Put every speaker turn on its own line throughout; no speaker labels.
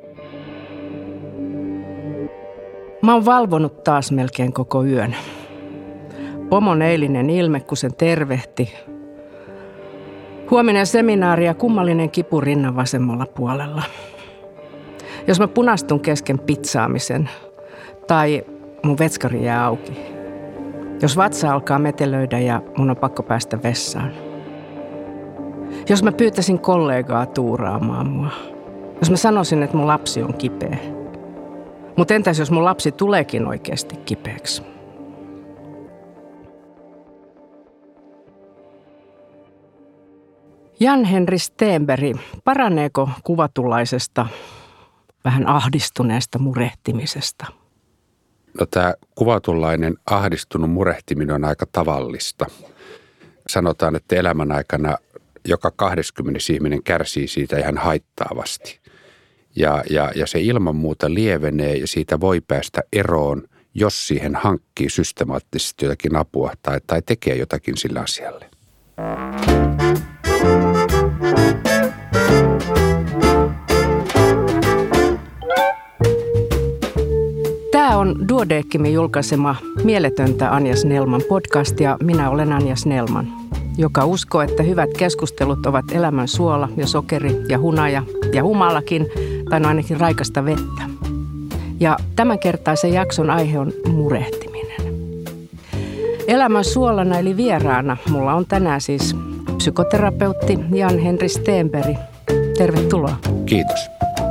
Mä oon valvonut taas melkein koko yön. Pomon eilinen ilme, kun sen tervehti. Huominen seminaari ja kummallinen kipu rinnan vasemmalla puolella. Jos mä punastun kesken pitsaamisen tai mun vetskari jää auki. Jos vatsa alkaa metelöidä ja mun on pakko päästä vessaan. Jos mä pyytäisin kollegaa tuuraamaan mua. Jos mä sanoisin, että mun lapsi on kipeä. Mutta entäs jos mun lapsi tuleekin oikeasti kipeäksi? Jan-Henri Stenberg, paraneeko kuvatulaisesta vähän ahdistuneesta murehtimisesta?
No tämä kuvatulainen ahdistunut murehtiminen on aika tavallista. Sanotaan, että elämän aikana joka 20 ihminen kärsii siitä ihan haittaavasti. Ja se ilman muuta lievenee ja siitä voi päästä eroon, jos siihen hankkii systemaattisesti jotakin apua tai tekee jotakin sillä asialle.
Tämä on Duodecimin julkaisema Mieletöntä Anja Snellman podcast ja minä olen Anja Snellman, joka uskoo, että hyvät keskustelut ovat elämän suola ja sokeri ja hunaja ja humalakin, tai no ainakin raikasta vettä. Ja tämänkertaisen jakson aihe on murehtiminen. Elämän suolana eli vieraana mulla on tänään siis psykoterapeutti Jan-Henri Stenberg. Tervetuloa.
Kiitos.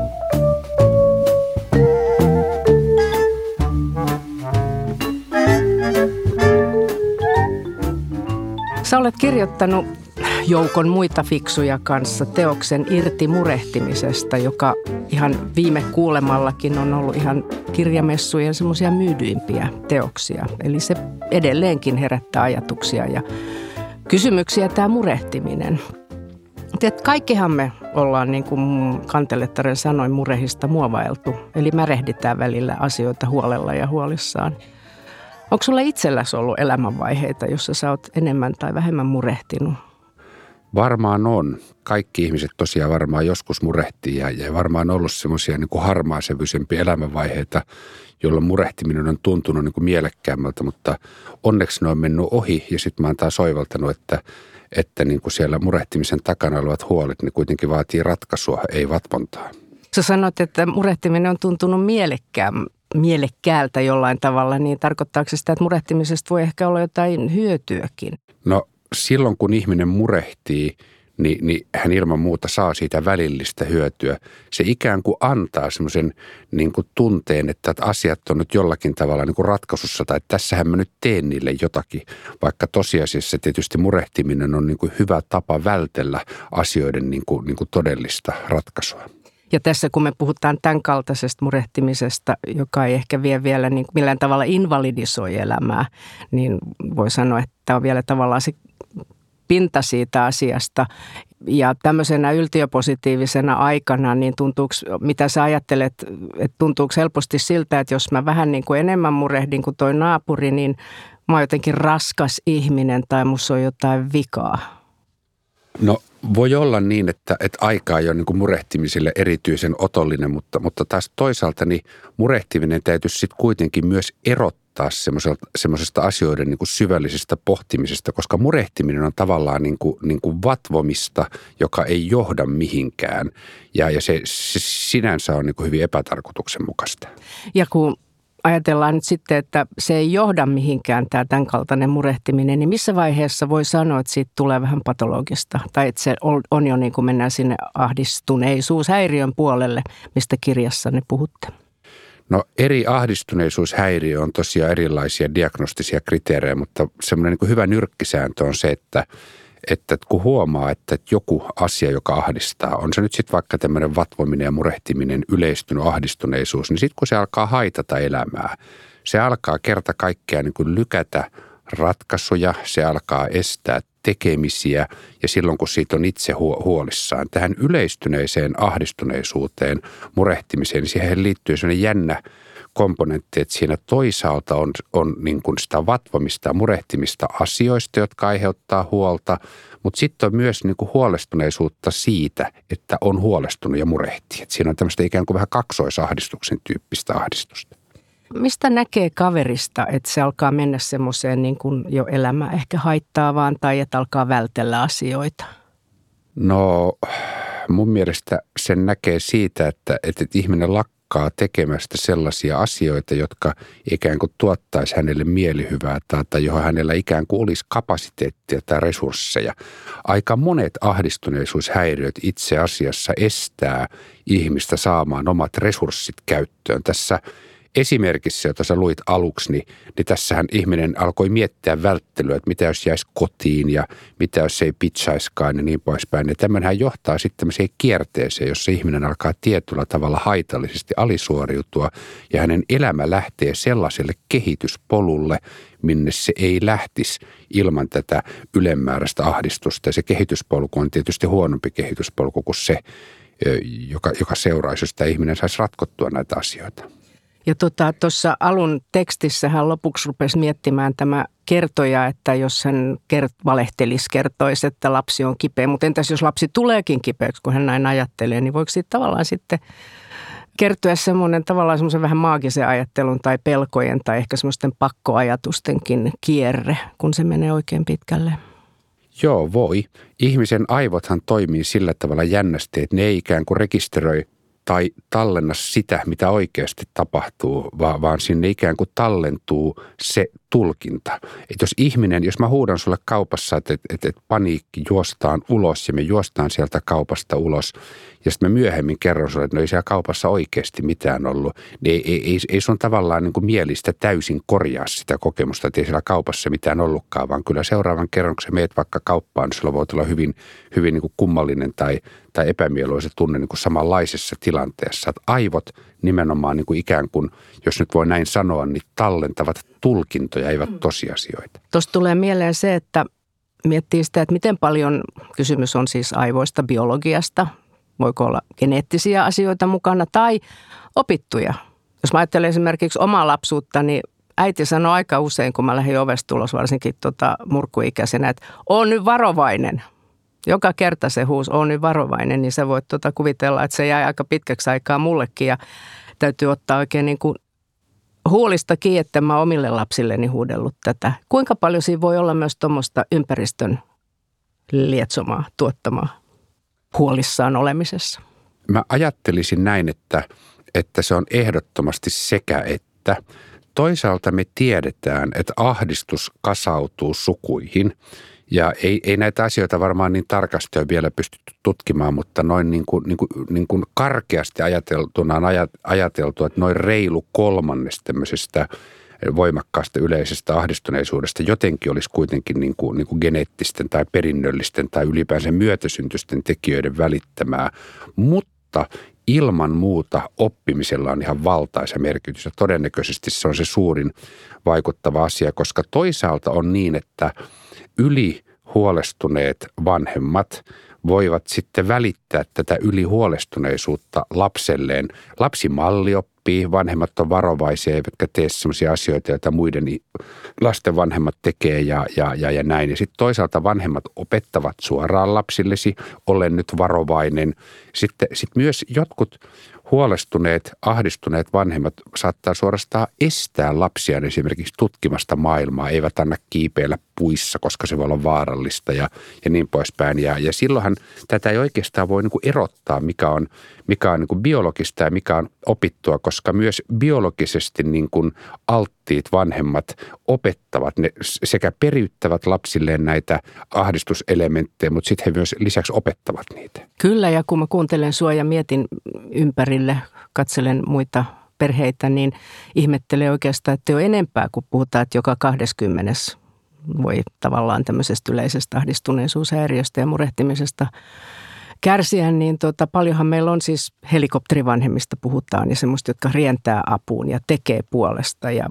Sä olet kirjoittanut joukon muita fiksuja kanssa teoksen Irti murehtimisesta, joka ihan viime kuulemallakin on ollut ihan kirjamessujen semmoisia myydyimpiä teoksia. Eli se edelleenkin herättää ajatuksia ja kysymyksiä tämä murehtiminen. Kaikkihan me ollaan, niin kuin Kantelettaren sanoi, murehista muovailtu. Eli märehditään välillä asioita huolella ja huolissaan. Onko sulla itselläsi ollut elämänvaiheita, jossa sä oot enemmän tai vähemmän murehtinut?
Varmaan on. Kaikki ihmiset tosiaan varmaan joskus murehtii ja varmaan on ollut semmoisia niin kuin harmaasävyisempiä elämänvaiheita, jolloin murehtiminen on tuntunut niin kuin mielekkäämmältä, mutta onneksi ne on mennyt ohi ja sitten mä oon taas oivaltanut, että niin kuin siellä murehtimisen takana olevat huolet, ne kuitenkin vaatii ratkaisua, ei vatmontaa.
Sä sanot, että murehtiminen on tuntunut mielekkäältä jollain tavalla, niin tarkoittaako se sitä, että murehtimisesta voi ehkä olla jotain hyötyäkin?
No silloin, kun ihminen murehtii, niin hän ilman muuta saa siitä välillistä hyötyä. Se ikään kuin antaa semmoisen niin kuin tunteen, että asiat on nyt jollakin tavalla niin kuin ratkaisussa tai tässähän mä nyt teen niille jotakin. Vaikka tosiasiassa tietysti murehtiminen on niin kuin hyvä tapa vältellä asioiden niin kuin todellista ratkaisua.
Ja tässä kun me puhutaan tämän kaltaisesta murehtimisesta, joka ei ehkä vie vielä niin millään tavalla invalidisoi elämää, niin voi sanoa, että tämä on vielä tavallaan se pinta siitä asiasta. Ja tämmöisenä yltiöpositiivisena aikana, niin mitä sä ajattelet, että tuntuuko helposti siltä, että jos mä vähän niin kuin enemmän murehdin kuin toi naapuri, niin mä oon jotenkin raskas ihminen tai musta on jotain vikaa?
No voi olla niin, että aika ei ole niin kuin murehtimiselle erityisen otollinen, mutta taas toisaalta niin murehtiminen täytyisi sitten kuitenkin myös erottaa semmoisesta asioiden niin kuin syvällisestä pohtimisesta, koska murehtiminen on tavallaan niin kuin vatvomista, joka ei johda mihinkään ja se sinänsä on niin kuin hyvin epätarkoituksenmukaista. Ja
kun ajatellaan nyt sitten, että se ei johda mihinkään tämän kaltainen murehtiminen, niin missä vaiheessa voi sanoa, että siitä tulee vähän patologista? Tai että se on jo niin kuin mennään sinne ahdistuneisuushäiriön puolelle, mistä kirjassanne puhutte?
No eri ahdistuneisuushäiriö on tosiaan erilaisia diagnostisia kriteerejä, mutta semmoinen niin kuin hyvä nyrkkisääntö on se, että kun huomaa, että joku asia, joka ahdistaa, on se nyt sitten vaikka tämmöinen vatvominen ja murehtiminen, yleistynyt ahdistuneisuus, niin sitten kun se alkaa haitata elämää, se alkaa kerta kaikkiaan niin kuin lykätä ratkaisuja, se alkaa estää tekemisiä ja silloin kun siitä on itse huolissaan. Tähän yleistyneeseen ahdistuneisuuteen, murehtimiseen, niin siihen liittyy sellainen jännä komponentti, että siinä toisaalta on niin kuin sitä vatvomista ja murehtimista asioista, jotka aiheuttaa huolta, mutta sitten on myös niin kuin huolestuneisuutta siitä, että on huolestunut ja murehtii. Et siinä on tämmöistä ikään kuin vähän kaksoisahdistuksen tyyppistä ahdistusta.
Mistä näkee kaverista, että se alkaa mennä semmoiseen niin kuin jo elämä ehkä haittaavaan tai että alkaa vältellä asioita?
No mun mielestä sen näkee siitä, että ihminen lakkaa tekemästä sellaisia asioita, jotka ikään kuin tuottaisi hänelle mielihyvää tai johon hänellä ikään kuin olisi kapasiteettia tai resursseja. Aika monet ahdistuneisuushäiriöt itse asiassa estää ihmistä saamaan omat resurssit käyttöön. Tässä esimerkissä, jota sä luit aluksi, niin tässähän ihminen alkoi miettiä välttelyä, että mitä jos jäisi kotiin ja mitä jos ei pitchaiskaan ja niin poispäin. Ja tämmöinhän johtaa sitten tämmöiseen kierteeseen, jossa ihminen alkaa tietyllä tavalla haitallisesti alisuoriutua ja hänen elämä lähtee sellaiselle kehityspolulle, minne se ei lähtisi ilman tätä ylemmääräistä ahdistusta. Ja se kehityspolku on tietysti huonompi kehityspolku kuin se, joka seuraisi, jos tämä ihminen saisi ratkottua näitä asioita.
Ja tuossa alun tekstissähän lopuksi rupesi miettimään tämä kertoja, että jos hän kertoisi, että lapsi on kipeä. Mutta entäs jos lapsi tuleekin kipeäksi, kun hän näin ajattelee, niin voiko siitä tavallaan sitten kertoa semmoisen vähän maagisen ajattelun tai pelkojen tai ehkä semmoisten pakkoajatustenkin kierre, kun se menee oikein pitkälle?
Joo, voi. Ihmisen aivothan toimii sillä tavalla jännästi, että ne ei ikään kuin rekisteröi tai tallenna sitä, mitä oikeasti tapahtuu, vaan sinne ikään kuin tallentuu se tulkinta. Että jos mä huudan sulle kaupassa, että paniikki, juostaan ulos ja me juostaan sieltä kaupasta ulos ja sitten mä myöhemmin kerron sulle, että no ei siellä kaupassa oikeasti mitään ollut, niin ei sun tavallaan niin kuin mielistä täysin korjaa sitä kokemusta, että ei siellä kaupassa mitään ollutkaan, vaan kyllä seuraavan kerran, kun sä meet vaikka kauppaan, niin sulla voi tulla hyvin niin kuin kummallinen tai epämieluisa tunne niin kuin samanlaisessa tilanteessa. Että aivot nimenomaan niin kuin ikään kuin, jos nyt voi näin sanoa, niin tallentavat tulkintoja, eivät tosiasioita.
Tuosta tulee mieleen se, että miettii sitä, että miten paljon kysymys on siis aivoista, biologiasta, voiko olla geneettisiä asioita mukana tai opittuja. Jos mä ajattelen esimerkiksi omaa lapsuutta, niin äiti sanoi aika usein, kun mä lähdin ovesta tulos, varsinkin murkkuikäisenä, että oon nyt varovainen. Joka kerta se huusi, oon nyt varovainen, niin sä voit kuvitella, että se jäi aika pitkäksi aikaa mullekin ja täytyy ottaa oikein niin kuin huolista kiinni, että mä omille lapsilleni huudellut tätä. Kuinka paljon siinä voi olla myös tuommoista ympäristön lietsomaa, tuottamaa huolissaan olemisessa?
Mä ajattelisin näin, että se on ehdottomasti sekä että. Toisaalta me tiedetään, että ahdistus kasautuu sukuihin. Ja ei näitä asioita varmaan niin tarkasti ole vielä pystytty tutkimaan, mutta noin niin kuin karkeasti ajateltuna on ajateltu, että noin reilu kolmannes tämmöisestä voimakkaasta yleisestä ahdistuneisuudesta jotenkin olisi kuitenkin niin kuin geneettisten tai perinnöllisten tai ylipäänsä myötäsyntyisten tekijöiden välittämää, mutta ilman muuta oppimisella on ihan valtaisa merkitys ja todennäköisesti se on se suurin vaikuttava asia, koska toisaalta on niin, että ylihuolestuneet vanhemmat voivat sitten välittää tätä ylihuolestuneisuutta lapselleen. Lapsimalli oppii, vanhemmat on varovaisia, eivätkä tee sellaisia asioita, joita muiden lasten vanhemmat tekee ja näin. Ja sitten toisaalta vanhemmat opettavat suoraan lapsillesi, olen nyt varovainen. Sitten myös jotkut huolestuneet, ahdistuneet vanhemmat saattaa suorastaan estää lapsiaan esimerkiksi tutkimasta maailmaa, eivät anna kiipeillä puissa, koska se voi olla vaarallista ja niin poispäin. Ja silloinhan tätä ei oikeastaan voi niin kuin erottaa, mikä on niin kuin biologista ja mikä on opittua, koska myös biologisesti niin kuin alttiit vanhemmat opettavat, ne sekä periyttävät lapsilleen näitä ahdistuselementtejä, mutta sitten he myös lisäksi opettavat niitä.
Kyllä, ja kun mä kuuntelen sua ja mietin ympärille, katselen muita perheitä, niin ihmettelen oikeastaan, että ei ole enempää, kun puhutaan, että joka 20. voi tavallaan tämmöisestä yleisestä ahdistuneisuushäiriöstä ja murehtimisesta kärsiä, niin paljonhan meillä on siis helikopterivanhemmista puhutaan ja semmoista, jotka rientää apuun ja tekee puolesta ja varoittelee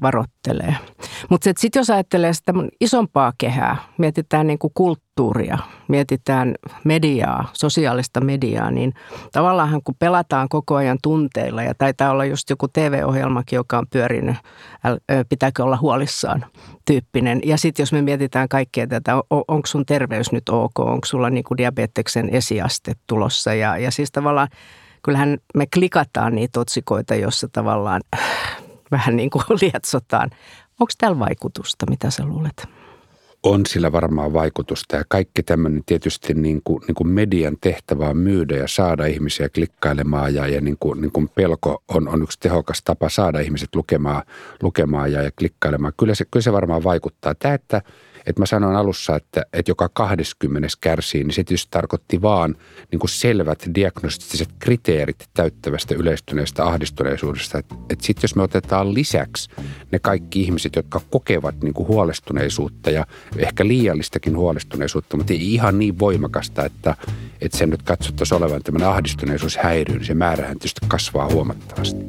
ajattelee. Mutta sitten jos ajattelee sitä isompaa kehää, mietitään niin kuin kulttuuria, mietitään mediaa, sosiaalista mediaa, niin tavallaan kun pelataan koko ajan tunteilla ja taitaa olla just joku TV-ohjelmakin, joka on pyörinyt, pitääkö olla huolissaan tyyppinen. Ja sitten jos me mietitään kaikkea tätä, onko sun terveys nyt ok, onko sulla niin kuin diabeteksen esiaste tulossa ja siis tavallaan kyllähän me klikataan niitä otsikoita, jossa tavallaan vähän niin kuin lietsotaan. Onko tällä vaikutusta, mitä sä luulet?
On sillä varmaan vaikutusta ja kaikki tämmöinen tietysti niin kuin median tehtävä on myydä ja saada ihmisiä klikkailemaan ja niin kuin pelko on yksi tehokas tapa saada ihmiset lukemaan ja klikkailemaan. Kyllä se varmaan vaikuttaa. Tämä, että mä sanoin alussa, että joka 20 kärsii, niin se tietysti tarkoitti vaan niin kuin selvät diagnostiset kriteerit täyttävästä yleistyneestä ahdistuneisuudesta. Että sitten jos me otetaan lisäksi ne kaikki ihmiset, jotka kokevat niin kuin huolestuneisuutta ja ehkä liiallistakin huolestuneisuutta, mutta ei ihan niin voimakasta, että sen nyt katsottaisiin olevan tämmöinen ahdistuneisuushäiriö, niin se määrähän tietysti kasvaa huomattavasti.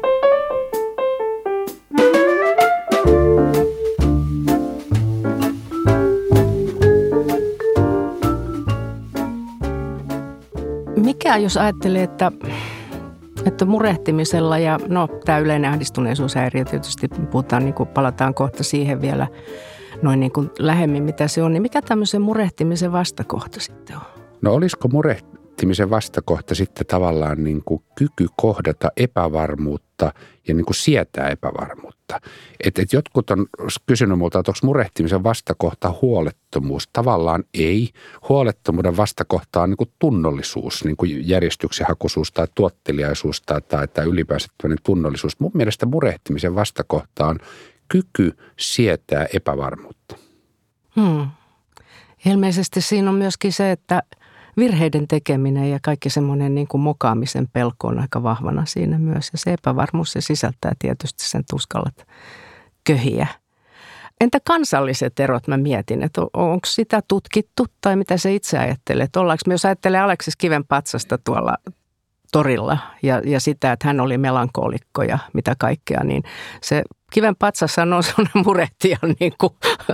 Mikä jos ajattelee, että murehtimisella ja tämä yleinen ahdistuneisuushäiriö tietysti puhutaan, niin kuin palataan kohta siihen vielä noin niin kuin lähemmin, mitä se on, niin mikä tämmöisen murehtimisen vastakohta sitten on? No
olisiko murehtimisen vastakohta sitten tavallaan niin kuin kyky kohdata epävarmuutta ja niin kuin sietää epävarmuutta? Et jotkut on kysynyt multa, että onko murehtimisen vastakohta huolettomuus? Tavallaan ei. Huolettomuuden vastakohta on niin kuin tunnollisuus, niin kuin järjestyksenhakuisuus tai tuotteliaisuus tai ylipäänsä tunnollisuus. Mun mielestä murehtimisen vastakohta on kyky sietää epävarmuutta.
Ilmeisesti siinä on myöskin se, että virheiden tekeminen ja kaikki semmoinen niin kuin mokaamisen pelko on aika vahvana siinä myös. Ja se epävarmuus se sisältää tietysti sen tuskallat köhiä. Entä kansalliset erot mä mietin, että onko sitä tutkittu tai mitä sä itse ajattelet? Ollaanko me, jos ajattelee Aleksis Kivenpatsasta tuolla torilla ja sitä, että hän oli melankolikko ja mitä kaikkea, niin se Kivenpatsassahan on sellainen murehtijan niin kuin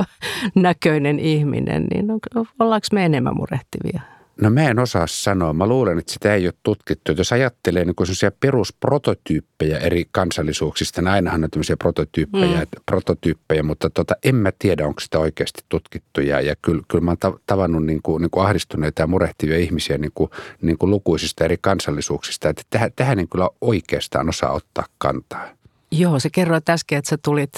näköinen ihminen, niin ollaanko me enemmän murehtivia?
No mä en osaa sanoa. Mä luulen, että sitä ei ole tutkittu. Jos ajattelee niin sellaisia perusprototyyppejä eri kansallisuuksista, niin ainahan on tämmöisiä prototyyppejä, mutta en mä tiedä, onko sitä oikeasti tutkittu. Ja kyllä mä oon tavannut niin kuin ahdistuneita ja murehtivia ihmisiä niin kuin lukuisista eri kansallisuuksista. Että tähän en kyllä oikeastaan osaa ottaa kantaa.
Joo, se kerroit äsken, että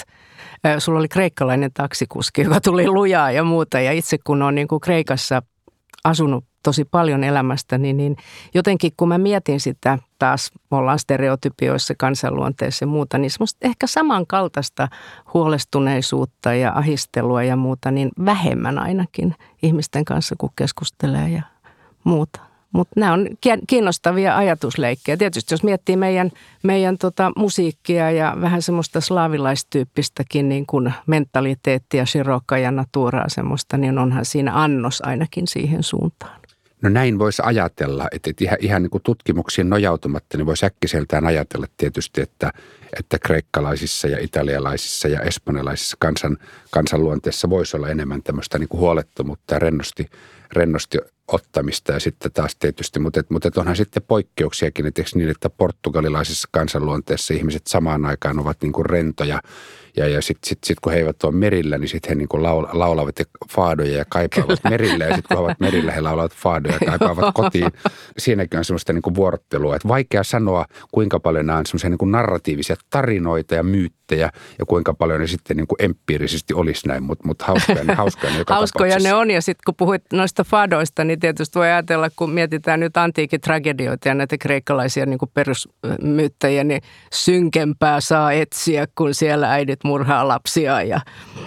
sulla oli kreikkalainen taksikuski, joka tuli lujaa ja muuta. Ja itse kun on niin kuin Kreikassa asunut tosi paljon elämästä, niin jotenkin kun mä mietin sitä, taas me ollaan stereotypioissa, kansanluonteessa ja muuta, niin semmoista ehkä samankaltaista huolestuneisuutta ja ahistelua ja muuta, niin vähemmän ainakin ihmisten kanssa, kun keskustelee ja muuta. Mutta nämä on kiinnostavia ajatusleikkejä. Tietysti jos miettii meidän musiikkia ja vähän semmoista slaavilaistyyppistäkin niin kuin mentaliteettia, shirokka ja naturaa semmoista, niin onhan siinä annos ainakin siihen suuntaan.
No näin voisi ajatella, että ihan niin kuin tutkimuksiin nojautumatta, niin voisi äkkiseltään ajatella tietysti, että kreikkalaisissa ja italialaisissa ja espanjalaisissa kansanluonteessa voisi olla enemmän tämmöistä niin kuin huolettomuutta ja rennosti ottamista ja sitten taas tietysti, mutta onhan sitten poikkeuksiakin, että portugalilaisessa kansanluonteessa ihmiset samaan aikaan ovat niin kuin rentoja ja sitten kun he eivät ole merillä, niin sitten he niin kuin laulavat faadoja ja kaipaavat merillä ja sitten kun he ovat merillä, he laulavat faadoja ja kaipaavat kotiin. Siinäkin on semmoista niin kuin vuorottelua, että vaikea sanoa, kuinka paljon nämä on semmoisia niin kuin narratiivisia tarinoita ja myyttejä ja kuinka paljon ne sitten niin kuin empiirisesti olisi näin, mutta hauskoja ne joka
hauskoja ne on ja sitten kun puhuit noista faadoista, niin tietysti voi ajatella, kun mietitään nyt antiikin tragedioita ja näitä kreikkalaisia niin kuin perusmyyttäjiä, niin synkempää saa etsiä, kun siellä äidit murhaa lapsia ja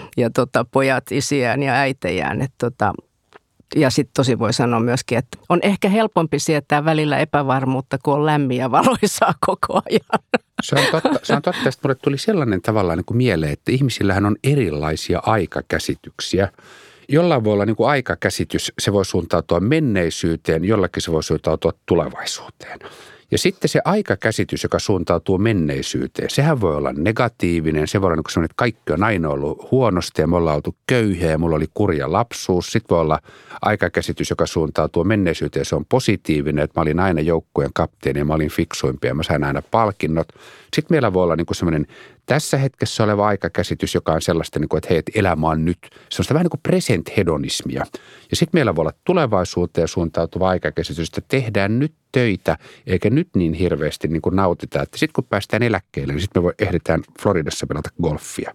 pojat isiään ja äitejään. Ja sitten tosi voi sanoa myöskin, että on ehkä helpompi sietää välillä epävarmuutta, kun on lämmin ja valoisaa koko ajan.
Se on totta. Sitten mulle tuli sellainen tavallaan niin kuin mieleen, että ihmisillähän on erilaisia aikakäsityksiä. Jollain voi olla niin kuin aikakäsitys, se voi suuntautua menneisyyteen, jollakin se voi suuntautua tulevaisuuteen. Ja sitten se aikakäsitys, joka suuntautuu menneisyyteen, sehän voi olla negatiivinen. Se voi olla niin kuin sellainen, että kaikki on aina ollut huonosti ja me ollaan oltu köyhiä ja mulla oli kurja lapsuus. Sitten voi olla aikakäsitys, joka suuntautuu menneisyyteen. Se on positiivinen, että mä olin aina joukkueen kapteeni ja mä olin fiksuimpia ja mä sain aina palkinnot. Sitten meillä voi olla niin kuin sellainen tässä hetkessä oleva aikakäsitys, joka on sellaista, niin kuin, että hei, että elämä on nyt. Se on sitä vähän niin kuin present-hedonismia. Ja sitten meillä voi olla tulevaisuuteen suuntautuva aikakäsitys, että tehdään nyt töitä, eikä nyt niin hirveästi niin kuin nautita. Että sitten kun päästään eläkkeelle, niin sitten me ehditään Floridassa pelata golfia.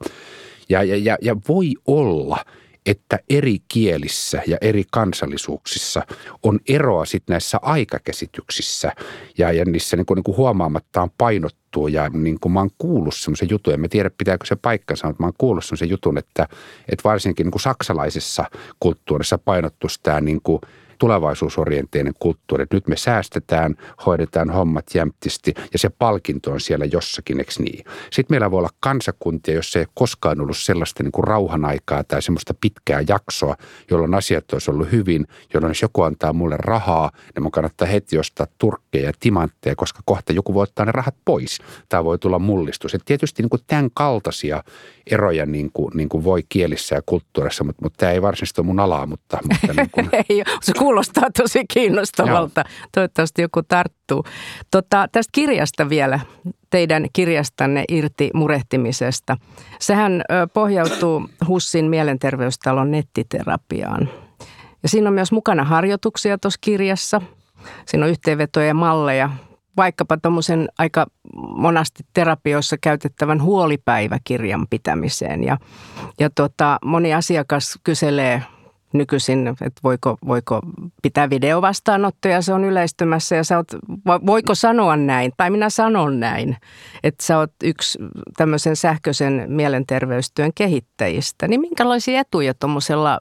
Ja voi olla, että eri kielissä ja eri kansallisuuksissa on eroa sitten näissä aikakäsityksissä ja niissä niin kuin huomaamattaan painottuu ja niin kuin mä oon kuullut semmoisen jutun, en mä tiedä pitääkö se paikkansa, mutta mä oon kuullut semmoisen jutun, että varsinkin niin kuin saksalaisessa kulttuurissa painottuisi tämä niin kuin tulevaisuusorienteinen kulttuuri, että nyt me säästetään, hoidetaan hommat jämptisti ja se palkinto on siellä jossakin, eikö niin? Sitten meillä voi olla kansakuntia, jos ei koskaan ollut sellaista niin kuin rauhan aikaa tai semmoista pitkää jaksoa, jolloin asiat olisi ollut hyvin, jolloin jos joku antaa mulle rahaa, niin mun kannattaa heti ostaa turkkeja ja timantteja, koska kohta joku voi ottaa ne rahat pois. Tämä voi tulla mullistus. Et tietysti niin kuin tämän kaltaisia eroja niin kuin voi kielissä ja kulttuurissa, mutta tämä ei varsinaisesti ole mun alaa, mutta niin kuin
ei, se kuulostaa tosi kiinnostavalta. Joo. Toivottavasti joku tarttuu. Tästä kirjasta vielä, teidän kirjastanne Irti murehtimisesta. Sehän pohjautuu HUSin mielenterveystalon nettiterapiaan. Ja siinä on myös mukana harjoituksia tuossa kirjassa. Siinä on yhteenvetoja ja malleja. Vaikkapa tuommoisen aika monasti terapioissa käytettävän huolipäiväkirjan pitämiseen. Ja moni asiakas kyselee nykyisin, että voiko pitää videovastaanottoja, se on yleistymässä ja voiko sanoa näin, tai minä sanon näin, että sä oot yksi tämmöisen sähköisen mielenterveystyön kehittäjistä. Niin minkälaisia etuja tuommoisella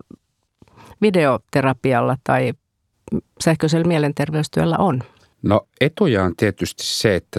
videoterapialla tai sähköisellä mielenterveystyöllä on?
No etuja on tietysti se, että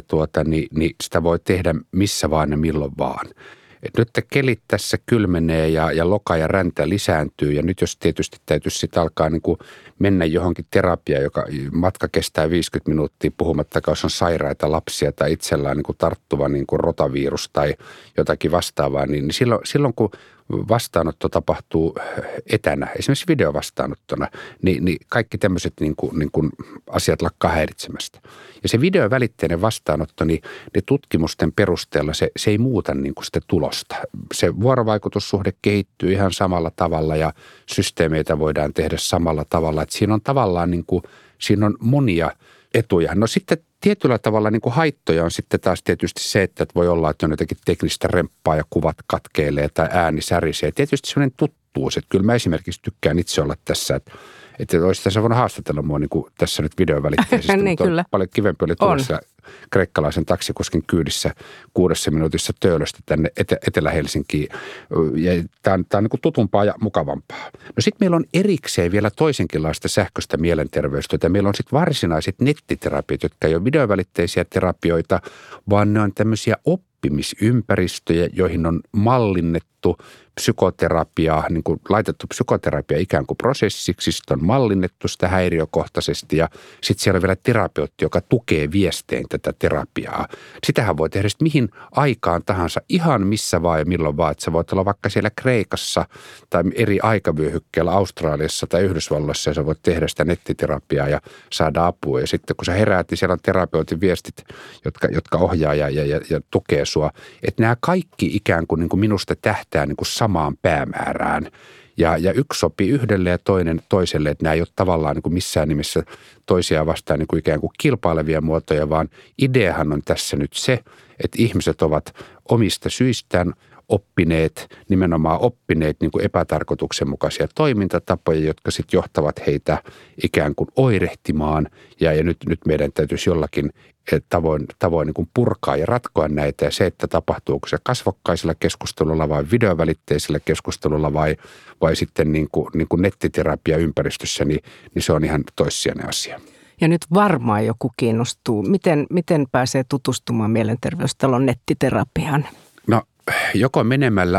sitä voi tehdä missä vaan ja milloin vaan. Et nyt kelit tässä kylmenee ja loka ja räntä lisääntyy ja nyt jos tietysti täytyisi sitten alkaa niin kuin mennä johonkin terapiaan, joka matka kestää 50 minuuttia puhumattakaan, jos on sairaita lapsia tai itsellään niin kuin tarttuva niin kuin rotavirus tai jotakin vastaavaa, niin silloin kun vastaanotto tapahtuu etänä, esimerkiksi videovastaanottona, niin kaikki tämmöiset niin kuin asiat lakkaa häiritsemästä. Ja se videovälitteinen vastaanotto, niin tutkimusten perusteella se ei muuta niin kuin sitä tulosta. Se vuorovaikutussuhde kehittyy ihan samalla tavalla ja systeemeitä voidaan tehdä samalla tavalla. Että siinä on tavallaan niin kuin, siinä on monia etuja. No sitten tietyllä tavalla niin kuin haittoja on sitten taas tietysti se, että voi olla, että on jotenkin teknistä remppaa ja kuvat katkeilee tai ääni särisee. Tietysti sellainen tuttuus, että kyllä mä esimerkiksi tykkään itse olla tässä, että olisi tässä voinut haastatella mua niin kuin tässä nyt videovälitteisesti,
niin,
mutta
kyllä.
Paljon kivempi oli tuossa kreikkalaisen taksikuskin kyydissä 6 minuutissa Töölöstä tänne Etelä-Helsinkiin. Tämä on niin kuin tutumpaa ja mukavampaa. No sitten meillä on erikseen vielä toisenkinlaista sähköistä mielenterveystyötä. Meillä on sitten varsinaiset nettiterapiat, jotka ei ole videovälitteisiä terapioita, vaan ne on tämmöisiä oppimisympäristöjä, joihin on mallinnettu psykoterapiaa, niin kuin laitettu psykoterapia ikään kuin prosessiksi, sitten on mallinnettu sitä häiriökohtaisesti ja sitten siellä on vielä terapeutti, joka tukee viestein tätä terapiaa. Sitähän voi tehdä sitten mihin aikaan tahansa, ihan missä vaan ja milloin vaan, että sä voit olla vaikka siellä Kreikassa tai eri aikavyöhykkeellä Australiassa tai Yhdysvalloissa ja sä voit tehdä sitä nettiterapiaa ja saada apua. Ja sitten kun sä heräät, niin siellä on terapeutin viestit, jotka ohjaa ja tukee sua. Että nämä kaikki ikään kuin, minusta tähtää niin kuin samaan päämäärään. Ja yksi sopii yhdelle ja toinen toiselle, että nämä ei ole tavallaan niin kuin missään nimessä toisiaan vastaan niin kuin ikään kuin kilpailevia muotoja, vaan ideahan on tässä nyt se, että ihmiset ovat omista syistään nimenomaan oppineet niin kuin epätarkoituksenmukaisia toimintatapoja, jotka sitten johtavat heitä ikään kuin oirehtimaan. Ja nyt meidän täytyisi jollakin tavoin niin kuin purkaa ja ratkoa näitä. Ja se, että tapahtuuko se kasvokkaisella keskustelulla vai videovälitteisellä keskustelulla vai sitten niin kuin nettiterapiaympäristössä, niin se on ihan toissijainen asia.
Ja nyt varmaan joku kiinnostuu. Miten pääsee tutustumaan Mielenterveystalon nettiterapiaan?
No joko menemällä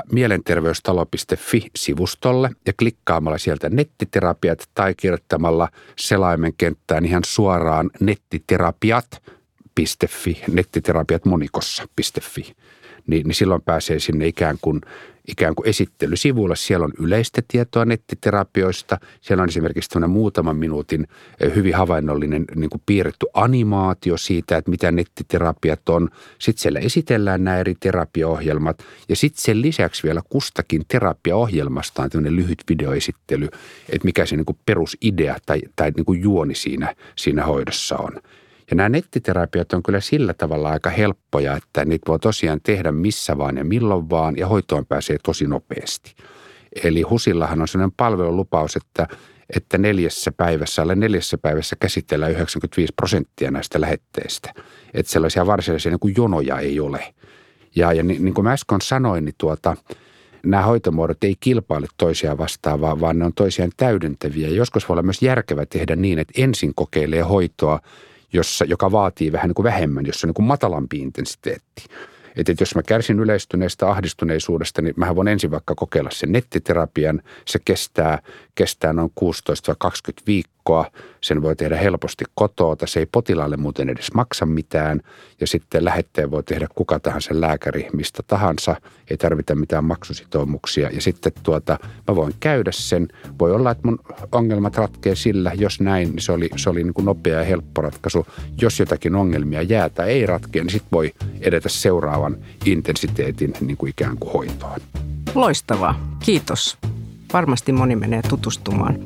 mielenterveystalo.fi-sivustolle ja klikkaamalla sieltä nettiterapiat tai kirjoittamalla selaimen kenttään ihan suoraan nettiterapiat nettiterapiat.fi, nettiterapiat monikossa.fi, niin silloin pääsee sinne ikään kuin esittelysivulle. Siellä on yleistä tietoa nettiterapioista. Siellä on esimerkiksi tämmöinen muutaman minuutin hyvin havainnollinen niin kuin piirretty animaatio siitä, että mitä nettiterapiat on. Sitten siellä esitellään nämä eri terapiaohjelmat ja sitten sen lisäksi vielä kustakin terapiaohjelmasta on tämmöinen lyhyt videoesittely, että mikä se niin kuin perusidea tai niin kuin juoni siinä hoidossa on. Ja nämä nettiterapiat on kyllä sillä tavalla aika helppoja, että niitä voi tosiaan tehdä missä vaan ja milloin vaan ja hoitoon pääsee tosi nopeasti. Eli HUSillahan on sellainen palvelulupaus, että 4 päivässä käsitellään 95% näistä lähetteistä. Että sellaisia varsinaisia niin kuin jonoja ei ole. Ja niin kuin mä äsken sanoin, niin nämä hoitomuodot ei kilpaile toisiaan vastaan, vaan ne on toisiaan täydentäviä. Ja joskus voi olla myös järkevä tehdä niin, että ensin kokeilee hoitoa, joka vaatii vähän niin kuin vähemmän, jossa on niin kuin matalampi intensiteetti. Että jos mä kärsin yleistyneestä ahdistuneisuudesta, niin mähän voin ensin vaikka kokeilla sen nettiterapian. Se kestää noin 16-20 viikkoa. Sen voi tehdä helposti kotoota. Se ei potilaalle muuten edes maksa mitään. Ja sitten lähetteen voi tehdä kuka tahansa lääkäri mistä tahansa. Ei tarvita mitään maksusitoumuksia. Ja sitten mä voin käydä sen. Voi olla, että mun ongelmat ratkee sillä. Jos näin, niin se oli niin kuin nopea ja helppo ratkaisu. Jos jotakin ongelmia jää tai ei ratkea, niin sitten voi edetä seuraavan intensiteetin niin kuin ikään kuin hoitoon.
Loistavaa. Kiitos. Varmasti moni menee tutustumaan.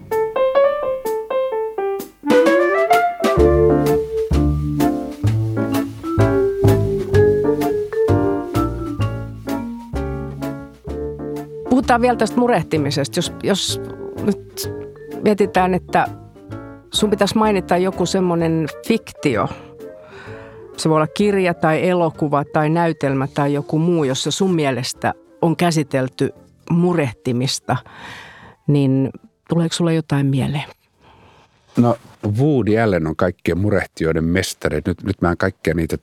Puhutaan vielä tästä murehtimisesta. Jos nyt mietitään, että sun pitäisi mainita joku semmoinen fiktio. Se voi olla kirja tai elokuva tai näytelmä tai joku muu, jossa sun mielestä on käsitelty murehtimista, niin tuleeko sulle jotain mieleen?
No Woody Allen on kaikkien murehtijoiden mestari. Nyt mä en kaikkia niitä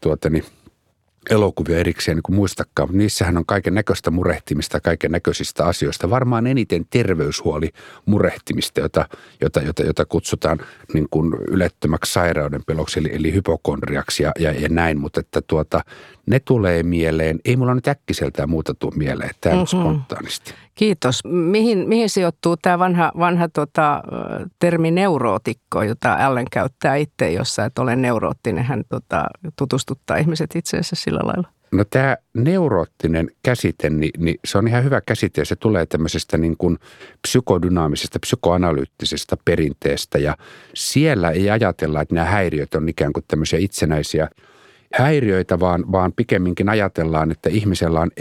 elokuvia erikseen niin kuin muistakaan, mutta niissähän on kaiken näköistä murehtimista, kaiken näköisistä asioista. Varmaan eniten terveyshuoli murehtimista, jota kutsutaan niin kuin ylettömäksi sairaudenpeloksi, eli hypokondriaksi ja näin, mutta että ne tulee mieleen. Ei mulla nyt äkkiseltään muuta tule mieleen, tämä on spontaanisti.
Kiitos. Mihin sijoittuu tämä vanha termi neurootikko, jota Allen käyttää itse, jossa että olen neuroottinen. Hän tutustuttaa ihmiset itseensä sillä lailla.
No tämä neuroottinen käsite, niin se on ihan hyvä käsite ja se tulee tämmöisestä niin kuin psykodynaamisesta, psykoanalyyttisesta perinteestä ja siellä ei ajatella, että nämä häiriöt on ikään kuin tämmöisiä itsenäisiä häiriöitä, vaan pikemminkin ajatellaan, että ihmisellä on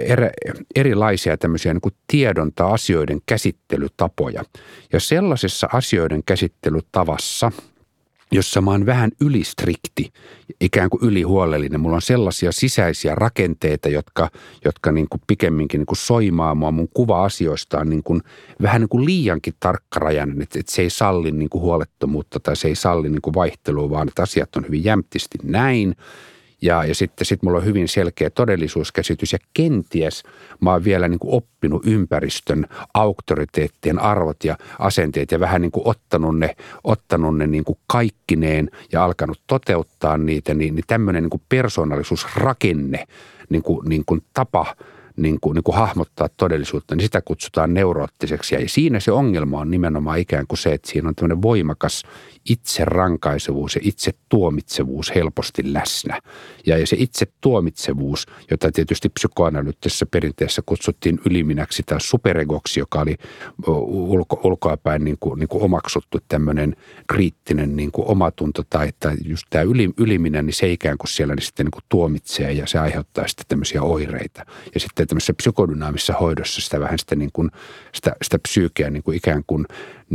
erilaisia tämmöisiä niin kuin tiedontaa asioiden käsittelytapoja. Ja sellaisessa asioiden käsittelytavassa, jossa mä oon vähän ylistrikti, ikään kuin ylihuolellinen. Mulla on sellaisia sisäisiä rakenteita, jotka niin kuin pikemminkin niin kuin soimaa mua. Mun kuva asioista on niin kuin, vähän niin kuin liiankin tarkkarajainen, että se ei salli niin kuin huolettomuutta tai se ei salli niin kuin vaihtelua, vaan että asiat on hyvin jämptisti näin. Ja sitten mulla on hyvin selkeä todellisuuskäsitys ja kenties mä oon vielä niin kuin oppinut ympäristön auktoriteettien arvot ja asenteet ja vähän niin kuin ottanut ne niin kuin kaikkineen ja alkanut toteuttaa niitä, niin tämmöinen niin kuin persoonallisuusrakenne, niin kuin tapa niin kuin hahmottaa todellisuutta, niin sitä kutsutaan neuroottiseksi. Ja siinä se ongelma on nimenomaan ikään kuin se, että siinä on tämmöinen voimakas itseраnkaisevuus ja itsetuomitsevuus helposti läsnä. Ja se itsetuomitsevuus, jota tietysti psykoanalyyttisessä perinteessä kutsuttiin yliminäksi tai superegoksi, joka oli ulkoapäin niin kuin omaksuttu tämmöinen kriittinen niin kuin omatunto tai just tämä yliminä, niin se ikään kuin siellä niin sitten niin kuin tuomitsee ja se aiheuttaa sitten tämmöisiä oireita. Ja sitten tämmöisessä psykodynaamisessa hoidossa sitä vähän sitä, niin kuin, sitä psyykeä niin kuin ikään kuin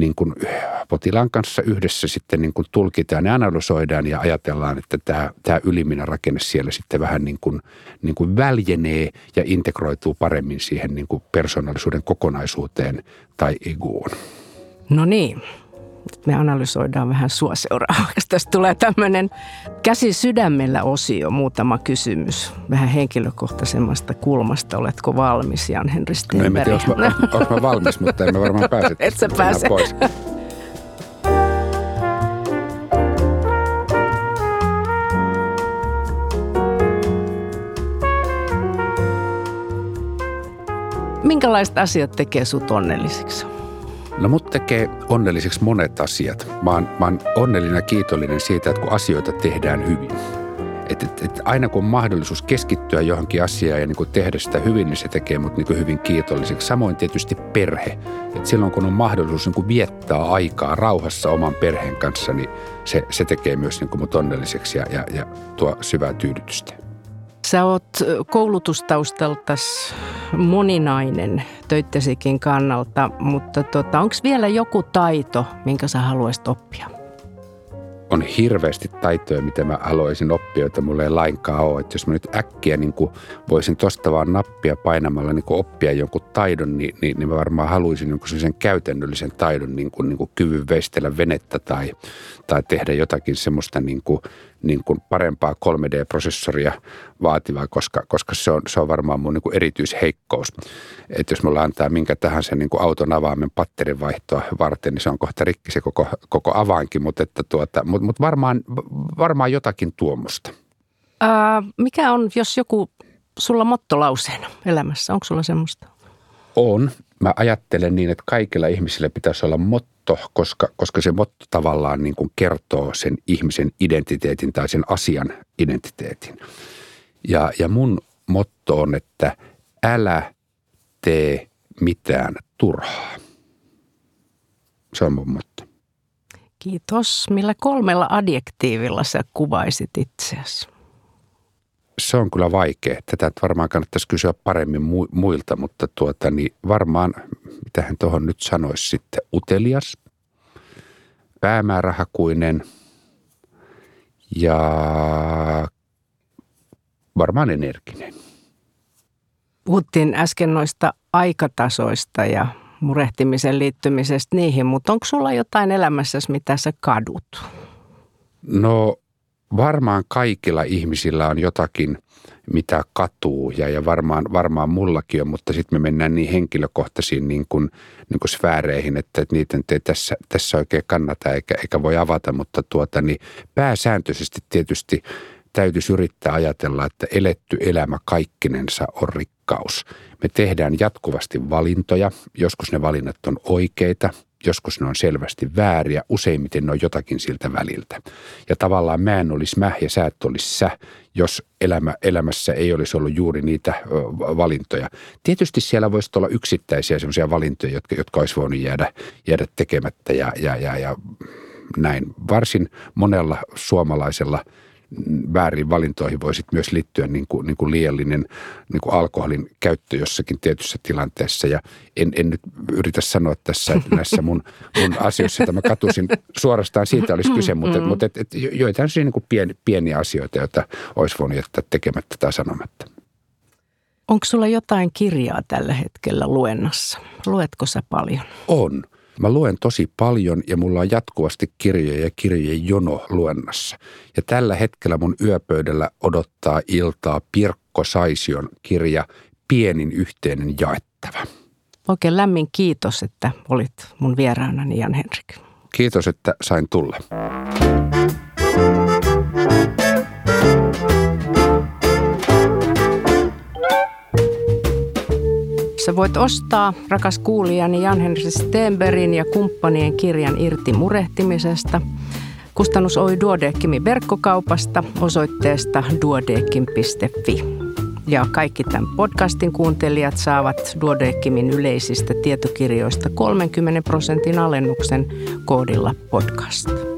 potilaan kanssa yhdessä sitten niin kuin tulkitaan ja analysoidaan ja ajatellaan, että tämä yliminä rakenne siellä sitten vähän niin kuin väljenee ja integroituu paremmin siihen niin kuin persoonallisuuden kokonaisuuteen tai egoon. No niin.
Me analysoidaan vähän sua seuraavaksi. Tästä tulee tämmöinen käsi sydämellä osio, muutama kysymys. Vähän henkilökohtaisemmasta kulmasta. Oletko valmis, Jan-Henri Stenberg?
No en tiedä, onko mä valmis, mutta en mä varmaan pääse.
Et sä pääse.
Pois.
Minkälaiset asiat tekee sut onnelliseksi?
No mut tekee onnelliseksi monet asiat. Mä oon onnellinen ja kiitollinen siitä, että kun asioita tehdään hyvin. Et aina kun on mahdollisuus keskittyä johonkin asiaan ja niin kun tehdä sitä hyvin, niin se tekee mut niin kun hyvin kiitolliseksi. Samoin tietysti perhe. Et silloin kun on mahdollisuus niin kun viettää aikaa rauhassa oman perheen kanssa, niin se tekee myös niin kun mut onnelliseksi ja tuo syvää tyydytystä.
Sä oot koulutustaustaltas moninainen töittesikin kannalta, mutta onko vielä joku taito, minkä sä haluaisit oppia?
On hirveästi taitoja, mitä mä haluaisin oppia, joita mulla ei lainkaan ole. Että jos mä nyt äkkiä niin voisin tosta vaan nappia painamalla niin oppia jonkun taidon, niin mä varmaan haluaisin jonkun sellaisen käytännöllisen taidon, niin kuin kyvyn veistellä venettä tai tehdä jotakin semmoista niin kuin parempaa 3D-prosessoria vaativaa, koska se on varmaan mun niin kuin erityisheikkous. Että jos mulla antaa minkä tahansa niin kuin auton avaimen patterin vaihtoa varten, niin se on kohta rikki se koko avainkin, mutta varmaan jotakin tuommoista.
Mikä on, jos joku sulla mottolauseena elämässä, onko sulla semmoista?
On. Mä ajattelen niin, että kaikilla ihmisillä pitäisi olla motto, koska se motto tavallaan niin kuin kertoo sen ihmisen identiteetin tai sen asian identiteetin. Ja mun motto on, että älä tee mitään turhaa. Se on mun motto.
Kiitos. Millä 3 adjektiivilla sä kuvaisit itseäsi?
Se on kyllä vaikea. Tätä varmaan kannattaisi kysyä paremmin muilta, mutta niin varmaan, mitähän tuohon nyt sanoisi sitten, utelias, päämäärähakuinen ja varmaan energinen.
Puhuttiin äsken noista aikatasoista ja murehtimisen liittymisestä niihin, mutta onko sulla jotain elämässäsi, mitä sä kadut?
No varmaan kaikilla ihmisillä on jotakin, mitä katuu ja varmaan mullakin on, mutta sitten me mennään niin henkilökohtaisiin niin kuin sfääreihin, että niitä ei tässä oikein kannata eikä voi avata, mutta niin pääsääntöisesti tietysti täytyisi yrittää ajatella, että eletty elämä kaikkinensa on rikkaus. Me tehdään jatkuvasti valintoja, joskus ne valinnat on oikeita, joskus ne on selvästi vääriä, useimmiten ne on jotakin siltä väliltä. Ja tavallaan mä en olisi mä ja sä et olisi sä, jos elämässä ei olisi ollut juuri niitä valintoja. Tietysti siellä voisi olla yksittäisiä sellaisia valintoja, jotka olisi voinut jäädä tekemättä ja näin. Varsin monella suomalaisella väärin valintoihin voi myös liittyä niin kuin liiallinen niin kuin alkoholin käyttö jossakin tietyssä tilanteessa. Ja en nyt yritä sanoa tässä, että näissä mun asioissa, että mä katusin suorastaan siitä olisi kyse, mutta joitain niin kuin pieniä asioita, joita olisi voinut jättää tekemättä tai sanomatta.
Onko sulla jotain kirjaa tällä hetkellä luennassa? Luetko sä paljon?
On. Mä luen tosi paljon ja mulla on jatkuvasti kirjoja ja kirjojen jono luennassa. Ja tällä hetkellä mun yöpöydällä odottaa iltaa Pirkko Saision kirja Pienin yhteinen jaettava.
Oikein lämmin kiitos, että olit mun vieraanani, Jan-Henrik.
Kiitos, että sain tulla.
Sä voit ostaa, rakas kuulijani, Jan-Henrik Stenbergin ja kumppanien kirjan Irti murehtimisesta. Kustannus Oy Duodecimin verkkokaupasta osoitteesta duodecim.fi. Ja kaikki tämän podcastin kuuntelijat saavat Duodecimin yleisistä tietokirjoista 30% alennuksen koodilla podcast.